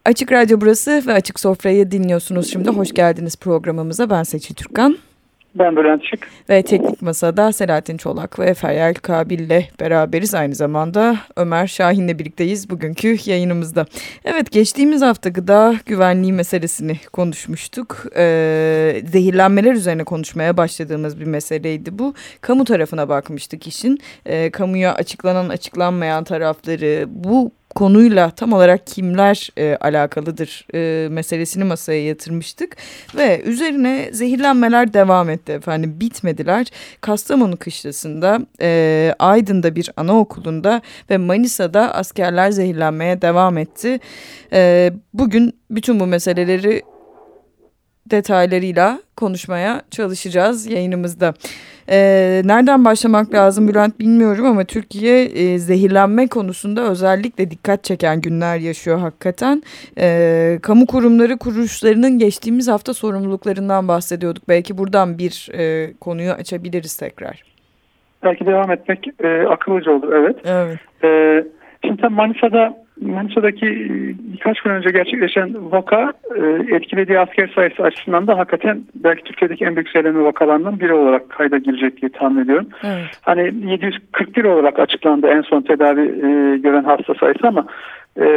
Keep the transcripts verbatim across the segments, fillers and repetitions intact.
Açık Radyo burası ve Açık Sofra'yı dinliyorsunuz şimdi. Hoş geldiniz programımıza. Ben Seçil Türkan. Ben Bülent Şık. Ve Teknik Masa'da Selahattin Çolak ve Feryal Kabil'le beraberiz. Aynı zamanda Ömer Şahin'le birlikteyiz bugünkü yayınımızda. Evet, geçtiğimiz hafta gıda güvenliği meselesini konuşmuştuk. Ee, zehirlenmeler üzerine konuşmaya başladığımız bir meseleydi bu. Kamu tarafına bakmıştık işin. Ee, kamuya açıklanan açıklanmayan tarafları, bu konuyla tam olarak kimler e, alakalıdır e, meselesini masaya yatırmıştık ve üzerine zehirlenmeler devam etti efendim, bitmediler. Kastamonu kışlasında, e, Aydın'da bir anaokulunda ve Manisa'da askerler zehirlenmeye devam etti. E, bugün bütün bu meseleleri detaylarıyla konuşmaya çalışacağız yayınımızda. Ee, nereden başlamak lazım Bülent bilmiyorum ama Türkiye e, zehirlenme konusunda özellikle dikkat çeken günler yaşıyor hakikaten. Ee, kamu kurumları kuruluşlarının geçtiğimiz hafta sorumluluklarından bahsediyorduk. Belki buradan bir e, konuyu açabiliriz tekrar. Belki devam etmek e, akıllıca olur, evet. Evet. E, şimdi tabii Manisa'da Manisa'daki birkaç gün önce gerçekleşen vaka e, etkilediği asker sayısı açısından da hakikaten belki Türkiye'deki en büyük zehirlenme vakalarından biri olarak kayda girecek diye tahmin ediyorum. Evet. Hani yedi yüz kırk bir olarak açıklandı en son tedavi e, gören hasta sayısı ama e,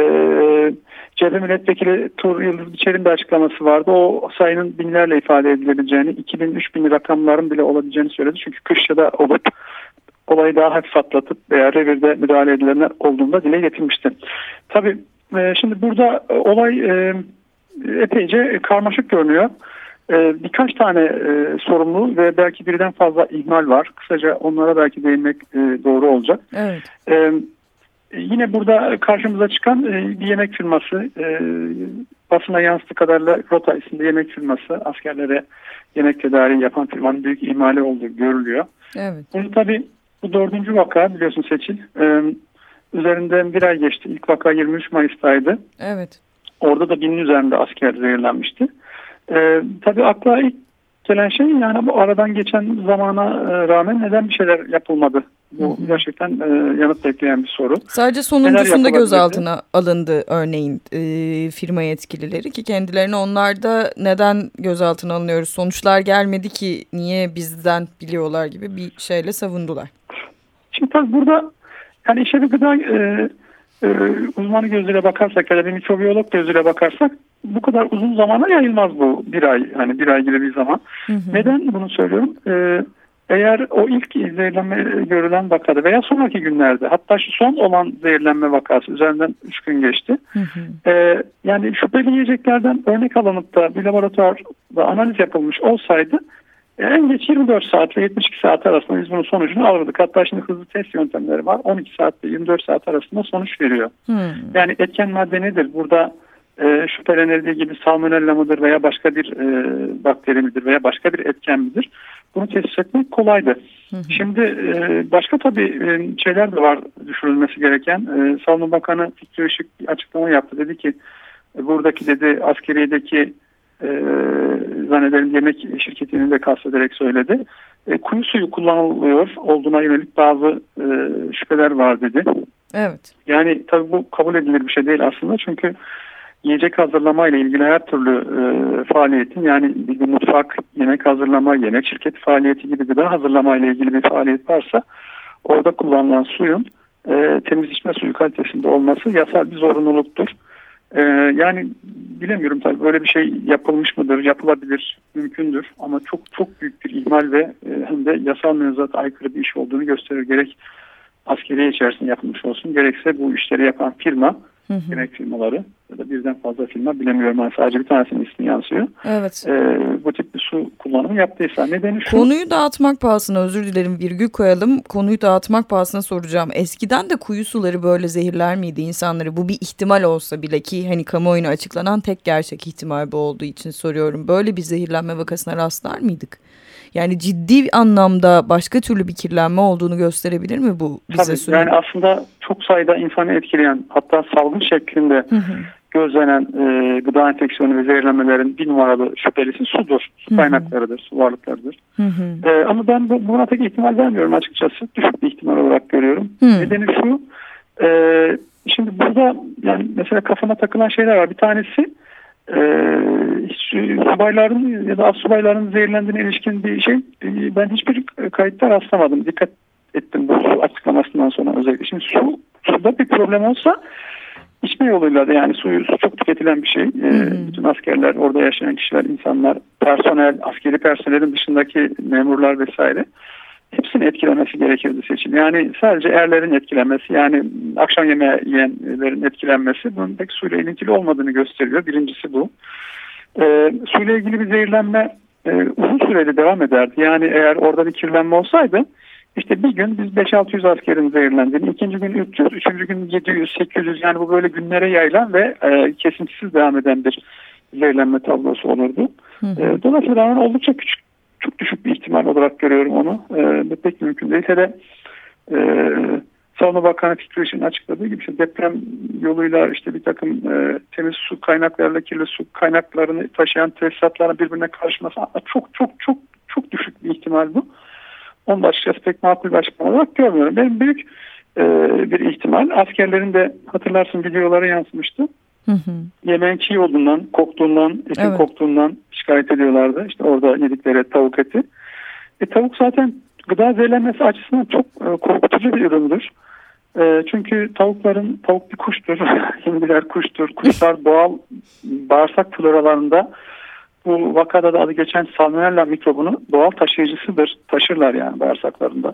C H P Milletvekili Tur Yıldız Biçer'in bir açıklaması vardı. O sayının binlerle ifade edilebileceğini, iki bin üç bin rakamların bile olabileceğini söyledi. Çünkü kışlada olup olayı daha hafif atlatıp veya revirde müdahale edilenler olduğunda dile getirmişti. Tabii e, şimdi burada e, olay e, epeyce karmaşık görünüyor. E, birkaç tane e, sorumlu ve belki birden fazla ihmal var. Kısaca onlara belki değinmek e, doğru olacak. Evet. E, yine burada karşımıza çıkan e, bir yemek firması, e, basına yansıttığı kadarıyla Rota isimli yemek firması, askerlere yemek tedariği yapan firmanın büyük ihmali olduğu görülüyor. Evet. Bunu tabii bu dördüncü vaka biliyorsun Seçil. Ee, üzerinden bir ay geçti. İlk vaka yirmi üç Mayıs'taydı. Evet. Orada da binin üzerinde asker zehirlenmişti. Ee, tabii akla ilk gelen şey, yani bu aradan geçen zamana rağmen neden bir şeyler yapılmadı? Bu hı hı. gerçekten e, yanıt bekleyen bir soru. Sadece sonuncusunda gözaltına alındı örneğin e, firma yetkilileri, ki kendilerine onlar da neden gözaltına alınıyoruz, sonuçlar gelmedi ki niye bizden biliyorlar gibi bir şeyle savundular. Şimdi tabii burada yani işe bir gıda e, e, uzmanı gözüyle bakarsak ya da bir mikrobiyolog gözüyle bakarsak bu kadar uzun zamana yayılmaz bu bir ay, hani bir ay gibi bir zaman. Hı hı. Neden bunu söylüyorum? E, eğer o ilk zehirlenme görülen vakada veya sonraki günlerde, hatta şu son olan zehirlenme vakası üzerinden üç gün geçti. Hı hı. E, yani şüpheli yiyeceklerden örnek alınıp da bir laboratuvarda analiz yapılmış olsaydı en geç yirmi dört saat ve yetmiş iki saat arasında biz bunun sonucunu alırdık. Hatta şimdi hızlı test yöntemleri var. on iki saat ve yirmi dört saat arasında sonuç veriyor. Hmm. Yani etken madde nedir? Burada e, şüphelenildiği gibi salmonella mıdır veya başka bir e, bakteri midir veya başka bir etken midir? Bunu tespit etmek kolaydı. Hmm. Şimdi e, başka tabii e, şeyler de var düşürülmesi gereken. E, Savunma Bakanı Fikri Işık bir açıklama yaptı. Dedi ki e, buradaki dedi askeriyedeki Ee, zannederim yemek şirketini de kastederek söyledi. E, kuyu suyu kullanılıyor olduğuna yönelik bazı e, şüpheler var dedi. Evet. Yani tabii bu kabul edilir bir şey değil aslında, çünkü yiyecek hazırlama ile ilgili her türlü e, faaliyetin, yani bir mutfak, yemek hazırlama, yemek şirketi faaliyeti gibi gıda hazırlama ile ilgili bir faaliyet varsa orada kullanılan suyun e, temiz içme suyu kalitesinde olması yasal bir zorunluluktur. Ee, yani bilemiyorum tabii böyle bir şey yapılmış mıdır, yapılabilir, mümkündür ama çok çok büyük bir ihmal ve e, hem de yasal mevzuata aykırı bir iş olduğunu gösterir. Gerek askeriye içerisinde yapılmış olsun, gerekse bu işleri yapan firma, hı hı. yemek firmaları ya da birden fazla firma, bilemiyorum, yani sadece bir tanesinin ismi yansıyor. Evet. Ee, bu tip bir su kullanımı yaptıysa nedeni şu. Konuyu dağıtmak pahasına, özür dilerim virgül koyalım, konuyu dağıtmak pahasına soracağım. Eskiden de kuyu suları böyle zehirler miydi insanları? Bu bir ihtimal olsa bile, ki hani kamuoyuna açıklanan tek gerçek ihtimal bu olduğu için soruyorum. Böyle bir zehirlenme vakasına rastlar mıydık? Yani ciddi anlamda başka türlü bir kirlenme olduğunu gösterebilir mi bu bize? Tabii, sürekli? yani aslında çok sayıda insanı etkileyen, hatta salgın şeklinde hı hı. gözlenen e, gıda enfeksiyonu ve zehirlenmelerin bir numaralı şüphelisi sudur. Su kaynaklarıdır, su varlıklarıdır. Hı hı. E, ama ben bu, buna tek ihtimal vermiyorum açıkçası. Düşük bir ihtimal olarak görüyorum. Hı. Nedeni şu, Ee, şimdi burada yani mesela kafama takılan şeyler var. Bir tanesi e, subayların ya da astsubayların zehirlendiğine ilişkin bir şey. E, ben hiçbir kayıtta rastlamadım. Dikkat ettim bu su açıklamasından sonra özellikle. Şimdi su, suda bir problem olsa içme yoluyla da yani suyu su çok tüketilen bir şey. Hı hı. E, bütün askerler, orada yaşayan kişiler, insanlar, personel, askeri personelin dışındaki memurlar vesaire. Hepsini etkilemesi gerekirdi seçim. Yani sadece erlerin etkilenmesi, yani akşam yemeği yiyenlerin etkilenmesi bunun pek suyla ilintili olmadığını gösteriyor. Birincisi bu. E, suyla ilgili bir zehirlenme e, uzun süreli devam ederdi. Yani eğer orada bir kirlenme olsaydı işte bir gün biz beş altı yüz askerin zehirlendiğini, ikinci gün üç yüz, üçüncü gün yedi yüz, sekiz yüz yani bu böyle günlere yayılan ve e, kesintisiz devam eden bir zehirlenme tablosu olurdu. Hı hı. E, dolayısıyla ben oldukça küçük, çok düşük bir ihtimal olarak görüyorum onu. E, pek mümkün değil. Hele e, Savunma Bakanı Fikri Işık'ın açıkladığı gibi işte deprem yoluyla işte bir takım e, temiz su kaynaklarıyla kirli su kaynaklarını taşıyan tesisatların birbirine karışması çok çok çok çok düşük bir ihtimal bu. Onu da açıkçası pek makul bir açıklama olarak görmüyorum. Benim büyük e, bir ihtimal askerlerin de hatırlarsın videolara yansımıştı. Hı hı. Yemeğin çiğ olduğundan, koktuğundan, etin evet. koktuğundan şikayet ediyorlardı. İşte orada yedikleri tavuk eti. E, tavuk zaten gıda zehirlenmesi açısından çok e, korkutucu bir üründür. E, çünkü tavukların, tavuk bir kuştur. Hindiler kuştur. Kuşlar doğal bağırsak floralarında bu vakada da adı geçen salmonella mikrobunu doğal taşıyıcısıdır. Taşırlar yani bağırsaklarında.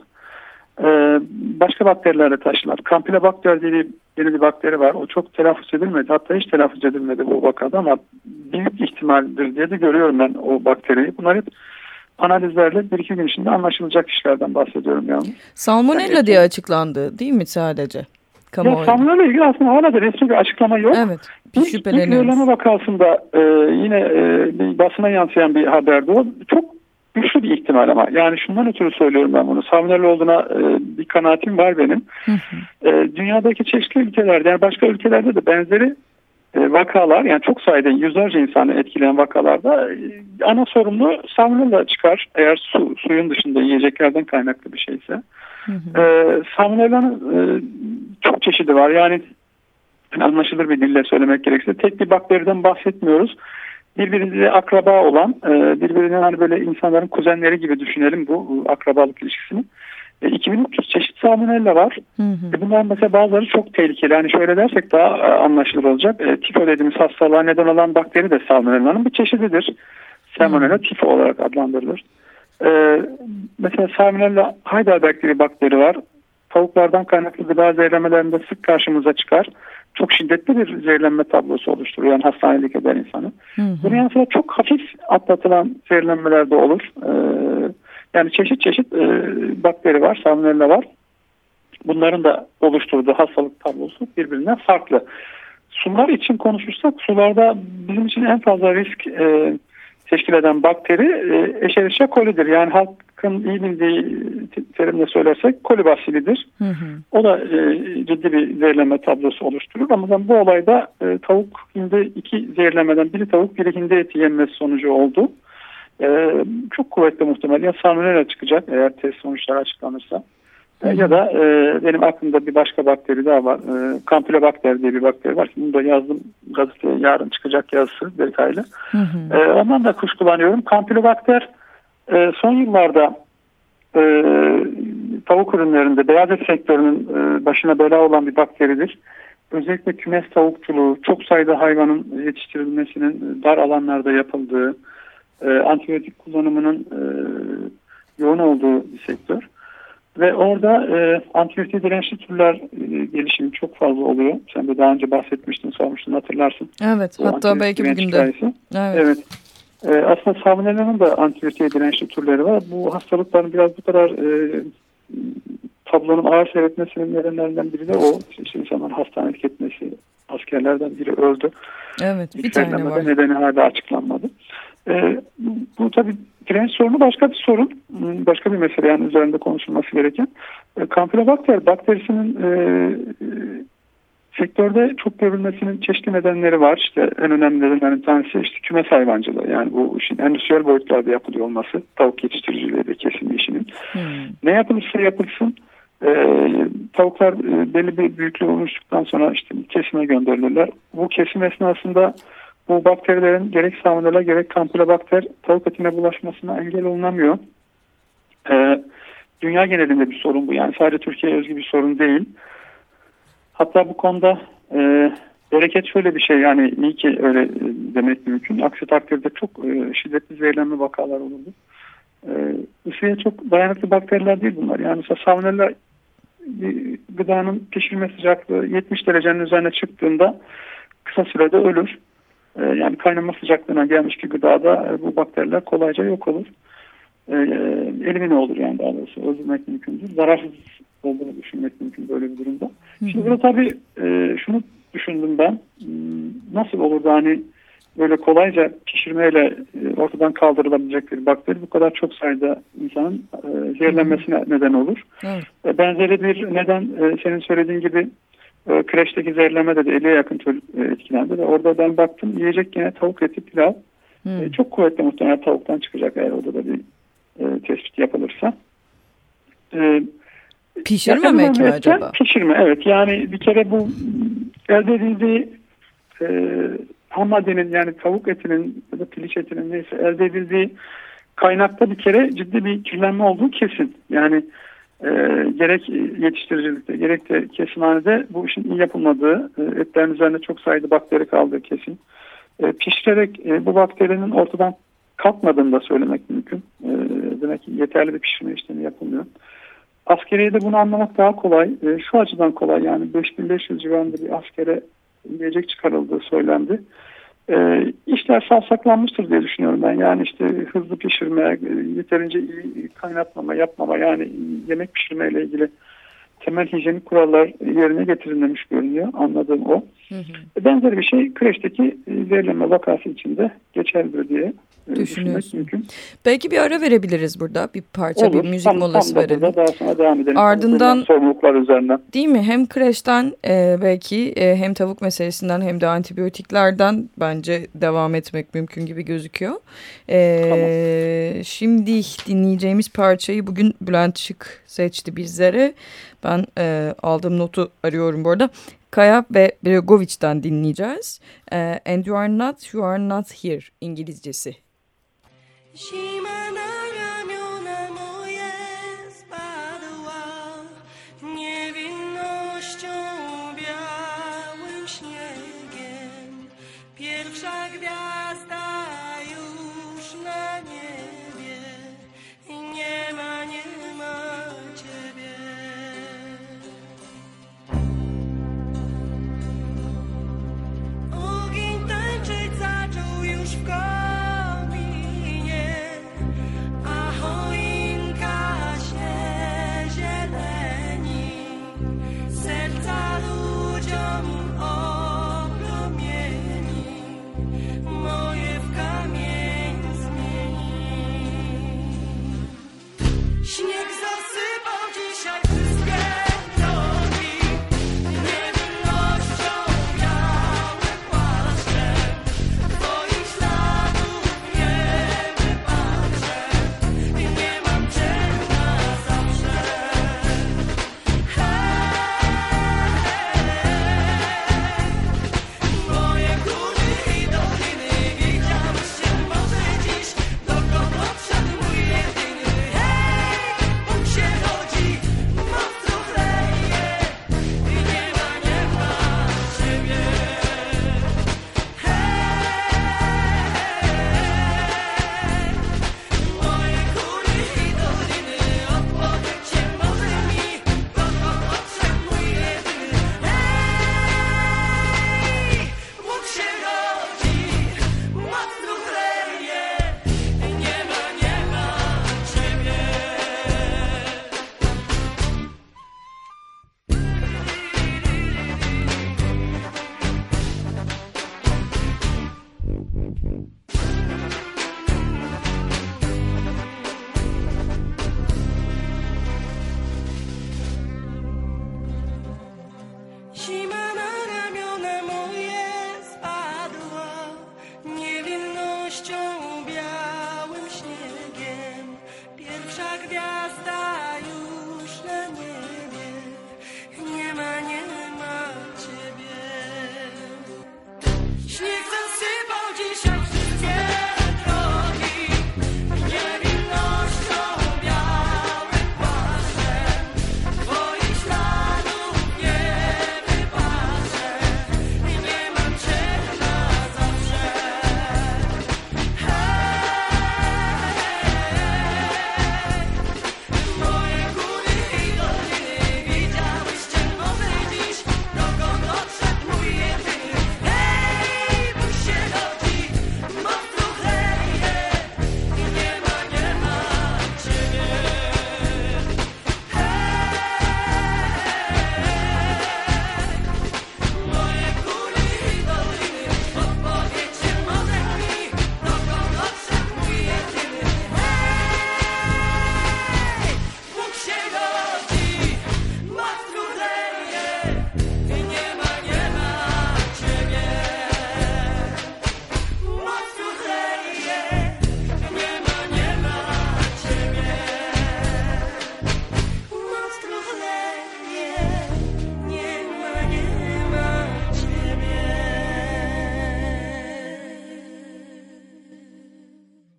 Ee, başka bakterilerle taşırlar. Campylobacter diye bir, yeni bir bakteri var. O çok telaffuz edilmedi. Hatta hiç telaffuz edilmedi bu vakada ama büyük ihtimaldir diye de görüyorum ben o bakteriyi. Bunlar hep analizlerle bir iki gün içinde anlaşılacak işlerden bahsediyorum yani. Salmonella yani, diye açıklandı değil mi sadece? Ya salmonella ilgili aslında hala da resmi bir açıklama yok. Evet. Bir şüpheleniyoruz. İlk vakasında e, yine e, bir basına yansıyan bir haberdi o. Çok güçlü bir ihtimal ama. Yani şundan ötürü söylüyorum ben bunu. Salmonella olduğuna e, bir kanaatim var benim. Hı hı. E, dünyadaki çeşitli ülkelerde yani başka ülkelerde de benzeri e, vakalar yani çok sayıda yüzlerce insanı etkileyen vakalarda e, ana sorumlu salmonella çıkar. Eğer su, suyun dışında yiyeceklerden kaynaklı bir şeyse. Hı hı. E, salmonella'nın e, çok çeşidi var. Yani anlaşılır bir dille söylemek gerekirse tek bir bakteriden bahsetmiyoruz. Birbirine akraba olan, birbirine hani böyle insanların kuzenleri gibi düşünelim bu akrabalık ilişkisini. iki bin üç yüz çeşit salmonella var. Hı hı. Bunların mesela bazıları çok tehlikeli. Hani şöyle dersek daha anlaşılır olacak. Tifo dediğimiz hastalığa neden olan bakteri de salmonella'nın bir çeşididir. Salmonella tifo olarak adlandırılır. Mesela salmonella Heidelberg bakteri var. Tavuklardan kaynaklı gıda zehirlemelerinde sık karşımıza çıkar. Çok şiddetli bir zehirlenme tablosu oluşturuyor. Yani hastanelik eder insanı. Hı hı. Bunun yanı sıra çok hafif atlatılan zehirlenmeler de olur. Ee, yani çeşit çeşit e, bakteri var, salmonella var. Bunların da oluşturduğu hastalık tablosu birbirinden farklı. Sular için konuşursak sularda bizim için en fazla risk e, teşkil eden bakteri e, Escherichia coli'dir. Yani halkın iyi bildiği terimle söylersek kolibasilidir. Hı hı. O da e, ciddi bir zehirlenme tablosu oluşturur. Ama bu olayda e, tavuk hindi iki zehirlenmeden biri tavuk biri hindi eti yenmesi sonucu oldu. E, çok kuvvetli muhtemel. Ya salmonella çıkacak eğer test sonuçları açıklanırsa. Hı hı. Ya da e, benim aklımda bir başka bakteri daha var. E, Campylobacter diye bir bakteri var. Bunu da yazdım gazeteye, yarın çıkacak yazısı detaylı. Hı hı. E, ondan da kuşkulanıyorum. Campylobacter e, son yıllarda e, tavuk ürünlerinde beyaz et sektörünün e, başına bela olan bir bakteridir. Özellikle kümes tavukçuluğu, çok sayıda hayvanın yetiştirilmesinin dar alanlarda yapıldığı, e, antibiyotik kullanımının e, yoğun olduğu bir sektör. Ve orada e, antibiyotik dirençli türler e, gelişimi çok fazla oluyor. Sen de daha önce bahsetmiştin, sormuştun, hatırlarsın. Evet, o hatta belki bugün de. Evet. evet. E, aslında salmonella'nın da antibiyotik dirençli türleri var. Bu hastalıkların biraz bu kadar e, tablonun ağır seyretmesinin nedenlerinden biri de o. İşte insanların hastanelik etmesi, askerlerden biri öldü. Evet, bir tane var. Nedeni hala açıklanmadı. E, bu tabii direnç sorunu başka bir sorun. Başka bir mesele yani üzerinde konuşulması gereken. E, Campylobacter bakterisinin e, sektörde çok görülmesinin çeşitli nedenleri var. İşte en önemli nedenlerin tanesi işte kümes hayvancılığı. Yani bu işin endüstriyel boyutlarda yapılıyor olması. Tavuk yetiştiriciliği de kesin işinin. Hmm. Ne yapılırsa yapılsın E, tavuklar e, belli bir büyüklüğe oluştuktan sonra işte kesime gönderilirler. Bu kesim esnasında bu bakterilerin gerek salmonella gerek kampilobakter tavuk etine bulaşmasına engel olunamıyor. E, dünya genelinde bir sorun bu. Yani sadece Türkiye'ye özgü bir sorun değil. Hatta bu konuda e, bereket şöyle bir şey, yani iyi ki öyle e, demek mümkün. Aksi takdirde çok e, şiddetli zehirlenme vakalar olurdu. E, ısıya çok dayanıklı bakteriler değil bunlar. Yani mesela salmonella gıdanın pişirme sıcaklığı yetmiş derecenin üzerine çıktığında kısa sürede ölür. E, yani kaynama sıcaklığına gelmiş bir gıdada e, bu bakteriler kolayca yok olur. E, elimine olur yani, daha doğrusu öldürmek mümkündür. Zararsız olduğunu düşünmek mümkün böyle bir durumda. Hı hı. Şimdi burada tabii e, şunu düşündüm ben. Nasıl olur da hani böyle kolayca pişirmeyle e, ortadan kaldırılabilecek bir bakteri bu kadar çok sayıda insanın e, zehirlenmesine neden olur. Evet. E, benzeri bir neden e, senin söylediğin gibi e, kreşteki zehirlenmede de elliye yakın çocuk e, etkilendi ve orada ben baktım yiyecek yine tavuk eti pilav. Hmm. E, çok kuvvetli muhtemelen tavuktan çıkacak eğer orada da bir e, tespit yapılırsa. E, Pişirmemek mi acaba? Pişirme, evet. Yani bir kere bu elde edildiği e, ham maddenin, yani tavuk etinin ya da piliç etinin neyse elde edildiği kaynakta bir kere ciddi bir kirlenme olduğu kesin. Yani e, gerek yetiştiricilikte gerek de kesimhanede bu işin iyi yapılmadığı, e, etlerin üzerinde çok sayıda bakteri kaldığı kesin. E, pişirerek e, bu bakterinin ortadan kalkmadığını da söylemek mümkün. E, demek ki yeterli bir pişirme işlemi yapılmıyor. Askeriyede bunu anlamak daha kolay. E, şu açıdan kolay, yani beş bin beş yüz civarında bir askere yiyecek çıkarıldığı söylendi. E, işler savsaklanmıştır diye düşünüyorum ben. Yani işte hızlı pişirme, yeterince iyi kaynatmama, yapmama, yani yemek pişirmeyle ilgili temel hijyenik kurallar yerine getirilmemiş görünüyor. Anladığım o. Hı hı. Benzer bir şey kreşteki zehirlenme vakası içinde geçerlidir diye düşünmek mümkün. Belki bir ara verebiliriz burada. Bir parça, olur, bir müzik tam, molası tam verelim. Daha sonra devam edelim. Ardından sorumluluklar üzerinden. Değil mi? Hem kreşten e, belki e, hem tavuk meselesinden hem de antibiyotiklerden bence devam etmek mümkün gibi gözüküyor. E, tamam. Şimdi dinleyeceğimiz parçayı bugün Bülent Şık seçti bizlere. Ben e, aldığım notu arıyorum bu arada. Kaya ve Bregovic'den dinleyeceğiz. E, And You Are Not, You Are Not Here İngilizcesi. Zima na ramiona moje spadła, niewinnością białym śniegiem. Pierwsza gwiazda już na niebie, nie ma, nie ma ciebie. Ogień tańczyć zaczął już w końcu. Serca ludziom oplomieni.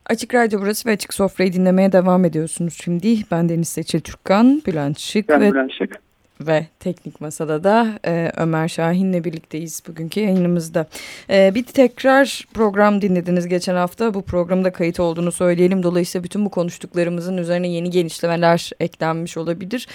Açık Radyo burası ve Açık Sofra'yı dinlemeye devam ediyorsunuz şimdi. Ben Deniz Seçil Türkkan, Bülent Şık Ben ve, Bülent Şık. ve Teknik Masa'da da e, Ömer Şahin'le birlikteyiz bugünkü yayınımızda. E, bir tekrar program dinlediniz geçen hafta. Bu programda kayıt olduğunu söyleyelim. Dolayısıyla bütün bu konuştuklarımızın üzerine yeni genişlemeler eklenmiş olabilir.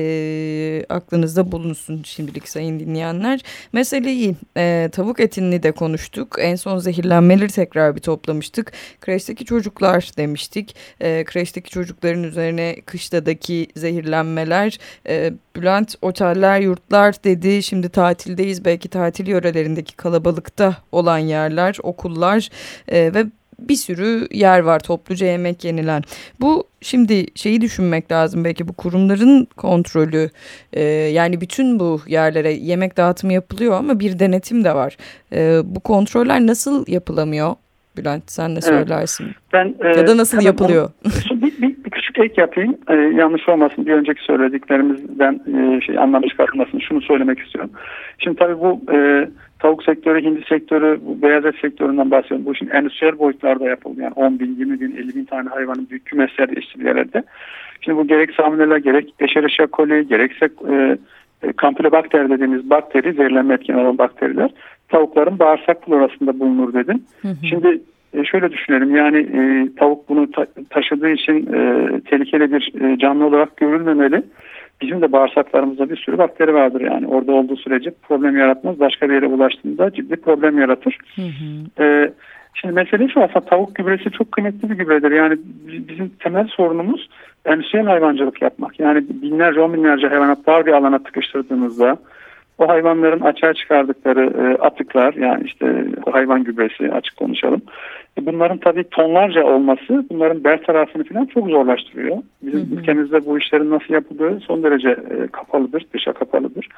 E, aklınızda bulunsun şimdilik sayın dinleyenler. Meseleyi e, tavuk etini de konuştuk. En son zehirlenmeleri tekrar bir toplamıştık. Kreşteki çocuklar demiştik. E, kreşteki çocukların üzerine kışladaki zehirlenmeler. E, Bülent oteller, yurtlar dedi. Şimdi tatildeyiz. Belki tatil yörelerindeki kalabalıkta olan yerler, okullar e, ve bir sürü yer var topluca yemek yenilen. Bu şimdi şeyi düşünmek lazım, belki bu kurumların kontrolü, e, yani bütün bu yerlere yemek dağıtımı yapılıyor ama bir denetim de var. E, bu kontroller nasıl yapılamıyor? Bülent sen ne söylersin? Evet. Ben, ya da nasıl yapılıyor? Bunu, bir, bir, bir küçük ek yapayım. Ee, yanlış olmasın. Bir önceki söylediklerimizden e, şey anlam çıkartmasın. Şunu söylemek istiyorum. Şimdi tabii bu e, tavuk sektörü, hindi sektörü, bu beyaz et sektöründen bahsediyorum. Bu işin endüstriyel boyutlarda yapıldı. Yani on bin, yirmi bin, elli bin tane hayvanın büyük kümeslerde, işçilerde. Şimdi bu gerek salmonella, gerek Escherichia coli, gerekse e, Campylobacter dediğimiz bakteri, zehirlenme etken olan bakteriler tavukların bağırsak florasında bulunur dedim. Hı hı. Şimdi e, şöyle düşünelim, yani e, tavuk bunu ta- taşıdığı için e, tehlikeli bir e, canlı olarak görülmemeli. Bizim de bağırsaklarımızda bir sürü bakteri vardır, yani orada olduğu sürece problem yaratmaz. Başka bir yere ulaştığında ciddi problem yaratır. Hı hı. E, şimdi mesele şu, aslında tavuk gübresi çok kıymetli bir gübredir. Yani bizim temel sorunumuz endüstriyel hayvancılık yapmak. Yani binlerce, on binlerce hayvanat dar bir alana tıkıştırdığımızda o hayvanların açığa çıkardıkları e, atıklar, yani işte hayvan gübresi, açık konuşalım. E, bunların tabii tonlarca olması bunların bertarafını falan çok zorlaştırıyor. Bizim hı hı. ülkemizde bu işlerin nasıl yapıldığı son derece e, kapalıdır, dışa kapalıdır.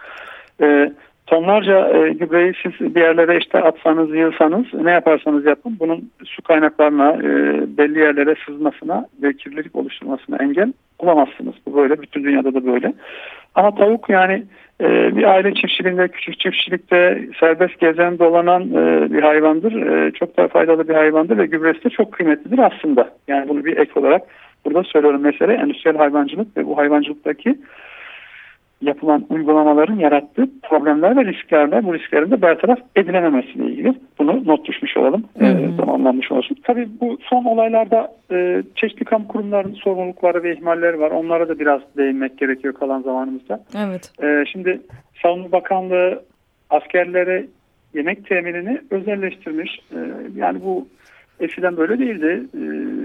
E, tonlarca e, gübreyi siz bir yerlere işte atsanız, yığsanız, ne yaparsanız yapın, bunun su kaynaklarına, e, belli yerlere sızmasına ve kirlilik oluşturmasına engel bulamazsınız. Bu böyle, bütün dünyada da böyle. Ama tavuk, yani e, bir aile çiftçiliğinde, küçük çiftçilikte serbest gezen, dolanan e, bir hayvandır. E, çok da faydalı bir hayvandır ve gübresi de çok kıymetlidir aslında. Yani bunu bir ek olarak burada söylüyorum. Mesele endüstriyel hayvancılık ve bu hayvancılıktaki yapılan uygulamaların yarattığı problemler ve risklerle bu risklerin de bertaraf edilememesiyle ilgili. Bunu not düşmüş olalım. E, tamamlanmış olsun. Tabii bu son olaylarda e, çeşitli kamu kurumlarının sorumlulukları ve ihmalleri var. Onlara da biraz değinmek gerekiyor kalan zamanımızda. Evet. E, şimdi Savunma Bakanlığı askerlere yemek teminini özelleştirmiş. E, yani bu eskiden böyle değildi. E,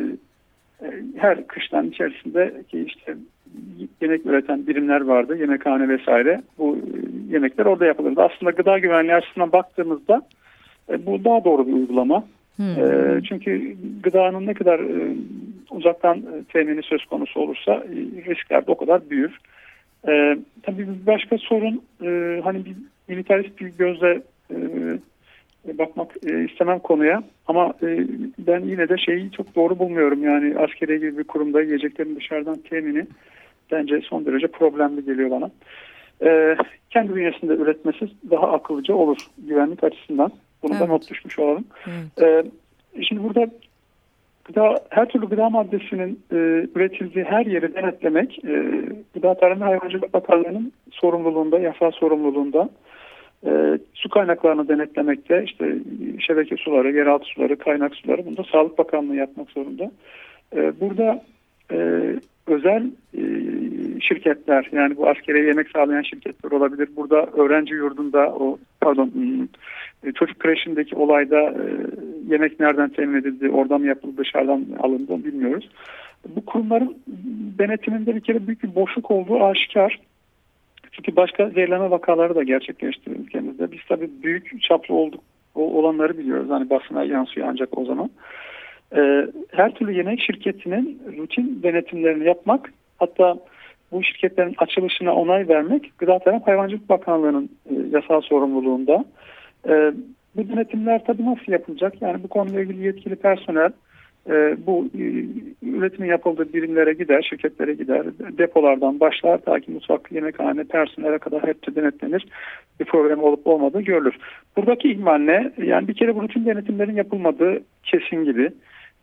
her kışlanın içerisinde ki işte yemek üreten birimler vardı, yemekhane vesaire. Bu yemekler orada yapılırdı. Aslında gıda güvenliği açısından baktığımızda e, bu daha doğru bir uygulama. Hmm. E, çünkü gıdanın ne kadar e, uzaktan e, temini söz konusu olursa e, riskler de o kadar büyür. E, tabii bir başka sorun, e, hani bir militarist bir gözle e, bakmak e, istemem konuya, ama e, ben yine de şeyi çok doğru bulmuyorum. Yani askeri gibi bir kurumda yiyeceklerin dışarıdan temini bence son derece problemli geliyor bana. E, kendi bünyesinde üretmesi daha akıllıca olur güvenlik açısından. Bunu evet. da not düşmüş olalım. Evet. E, şimdi burada gıda, her türlü gıda maddesinin e, üretildiği her yeri denetlemek e, Gıda Tarım ve Hayvancılık Bakanlığı'nın sorumluluğunda, yasal sorumluluğunda. E, su kaynaklarını denetlemekte, işte şebeke suları, yeraltı suları, kaynak suları, bunu da Sağlık Bakanlığı yapmak zorunda. E, burada e, özel e, şirketler, yani bu askeriye yemek sağlayan şirketler olabilir. Burada öğrenci yurdunda, o pardon e, çocuk kreşindeki olayda e, yemek nereden temin edildi, oradan mı yapıldı, dışarıdan alındı bilmiyoruz. Bu kurumların denetiminde bir kere büyük bir boşluk olduğu aşikar. Çünkü başka zehirlenme vakaları da gerçekleştiriyor ülkemizde. Biz tabii büyük çaplı olduk, olanları biliyoruz. Hani basına yansıyor ancak o zaman. Ee, her türlü yemek şirketinin rutin denetimlerini yapmak, hatta bu şirketlerin açılışına onay vermek Gıda Tarım Hayvancılık Bakanlığı'nın e, yasal sorumluluğunda. E, bu denetimler tabii nasıl yapılacak? Yani bu konuyla ilgili yetkili personel e, bu e, üretimin yapıldığı birimlere gider, şirketlere gider, depolardan başlar ta ki mutfak, yemekhane, personele kadar hepsi denetlenir. Bir problem olup olmadığı görülür. Buradaki ihmal ne? Yani bir kere bu rutin denetimlerin yapılmadığı kesin gibi.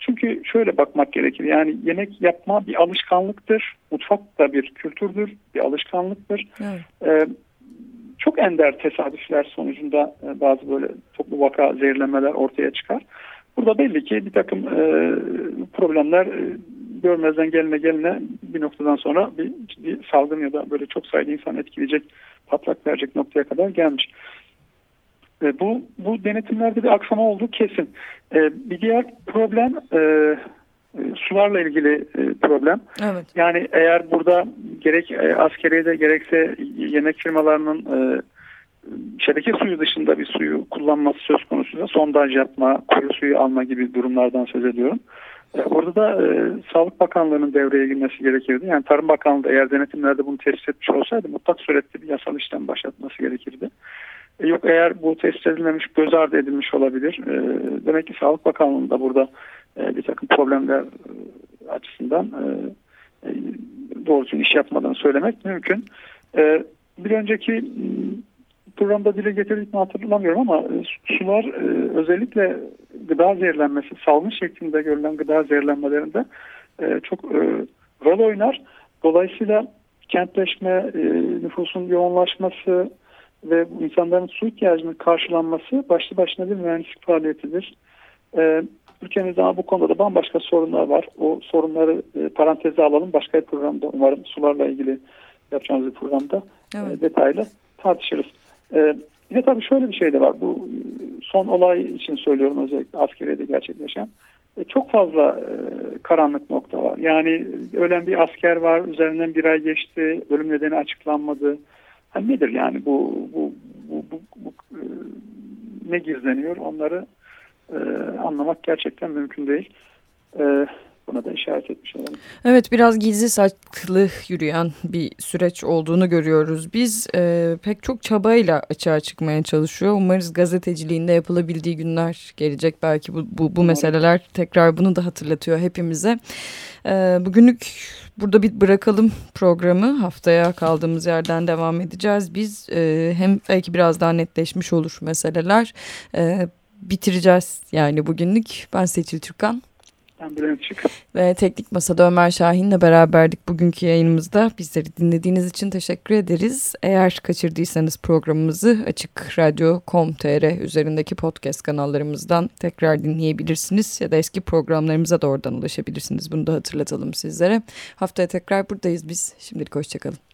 Çünkü şöyle bakmak gerekir. Yani yemek yapma bir alışkanlıktır. Mutfak da bir kültürdür, bir alışkanlıktır. Evet. Ee, çok ender tesadüfler sonucunda e, bazı böyle toplu vaka zehirlenmeler ortaya çıkar. Burada belli ki bir takım e, problemler e, görmezden gelene gelene bir noktadan sonra bir ciddi salgın ya da böyle çok sayıda insan etkileyecek, patlak verecek noktaya kadar gelmiş. E, bu bu denetimlerde bir aksama olduğu kesin. E, bir diğer problem e, e, sularla ilgili e, problem. Evet. Yani eğer burada gerek e, askeriyede gerekse yemek firmalarının e, şebeke suyu dışında bir suyu kullanması söz konusuysa sondaj yapma, kuru suyu alma gibi durumlardan söz ediyorum. E, orada da e, Sağlık Bakanlığı'nın devreye girmesi gerekirdi. Yani Tarım Bakanlığı da eğer denetimlerde bunu tespit etmiş olsaydı mutlak surette bir yasal işlem başlatması gerekirdi. E, yok eğer bu tespit edilmemiş, göz ardı edilmiş olabilir. E, demek ki Sağlık Bakanlığı'nın da burada e, bir takım problemler e, açısından e, e, doğru düzgün iş yapmadan söylemek mümkün. E, bir önceki programda dile getirdik mi hatırlamıyorum ama e, sular e, özellikle gıda zehirlenmesi, salgın şeklinde görülen gıda zehirlenmelerinde e, çok e, rol oynar. Dolayısıyla kentleşme, e, nüfusun yoğunlaşması ve insanların su ihtiyacının karşılanması başlı başına bir mühendislik faaliyetidir. E, ülkemizde ama bu konuda da bambaşka sorunlar var. O sorunları e, paranteze alalım. Başka bir programda umarım sularla ilgili yapacağımız bir programda evet. e, detaylı tartışırız. Ee, bir de tabii şöyle bir şey de var. Bu son olay için söylüyorum, özellikle askeriyede gerçekleşen. E, çok fazla e, karanlık nokta var. Yani ölen bir asker var. Üzerinden bir ay geçti. Ölüm nedeni açıklanmadı. Ha, nedir yani bu, bu, bu, bu, bu e, ne gizleniyor? Onları e, anlamak gerçekten mümkün değil. E, Buna da işaret etmiş olalım. Evet, biraz gizli saklı yürüyen bir süreç olduğunu görüyoruz. Biz e, pek çok çabayla açığa çıkmaya çalışıyor. Umarız gazeteciliğinde yapılabildiği günler gelecek. Belki bu, bu, bu meseleler tekrar bunu da hatırlatıyor hepimize. E, bugünlük burada bir bırakalım programı. Haftaya kaldığımız yerden devam edeceğiz. Biz e, hem belki biraz daha netleşmiş olur meseleler. E, bitireceğiz yani bugünlük. Ben Seçil Türkan. Ve Teknik Masa'da Ömer Şahin'le beraberdik bugünkü yayınımızda. Bizleri dinlediğiniz için teşekkür ederiz. Eğer kaçırdıysanız programımızı açık radyo nokta com nokta tr üzerindeki podcast kanallarımızdan tekrar dinleyebilirsiniz. Ya da eski programlarımıza da oradan ulaşabilirsiniz. Bunu da hatırlatalım sizlere. Haftaya tekrar buradayız biz. Şimdilik hoşçakalın.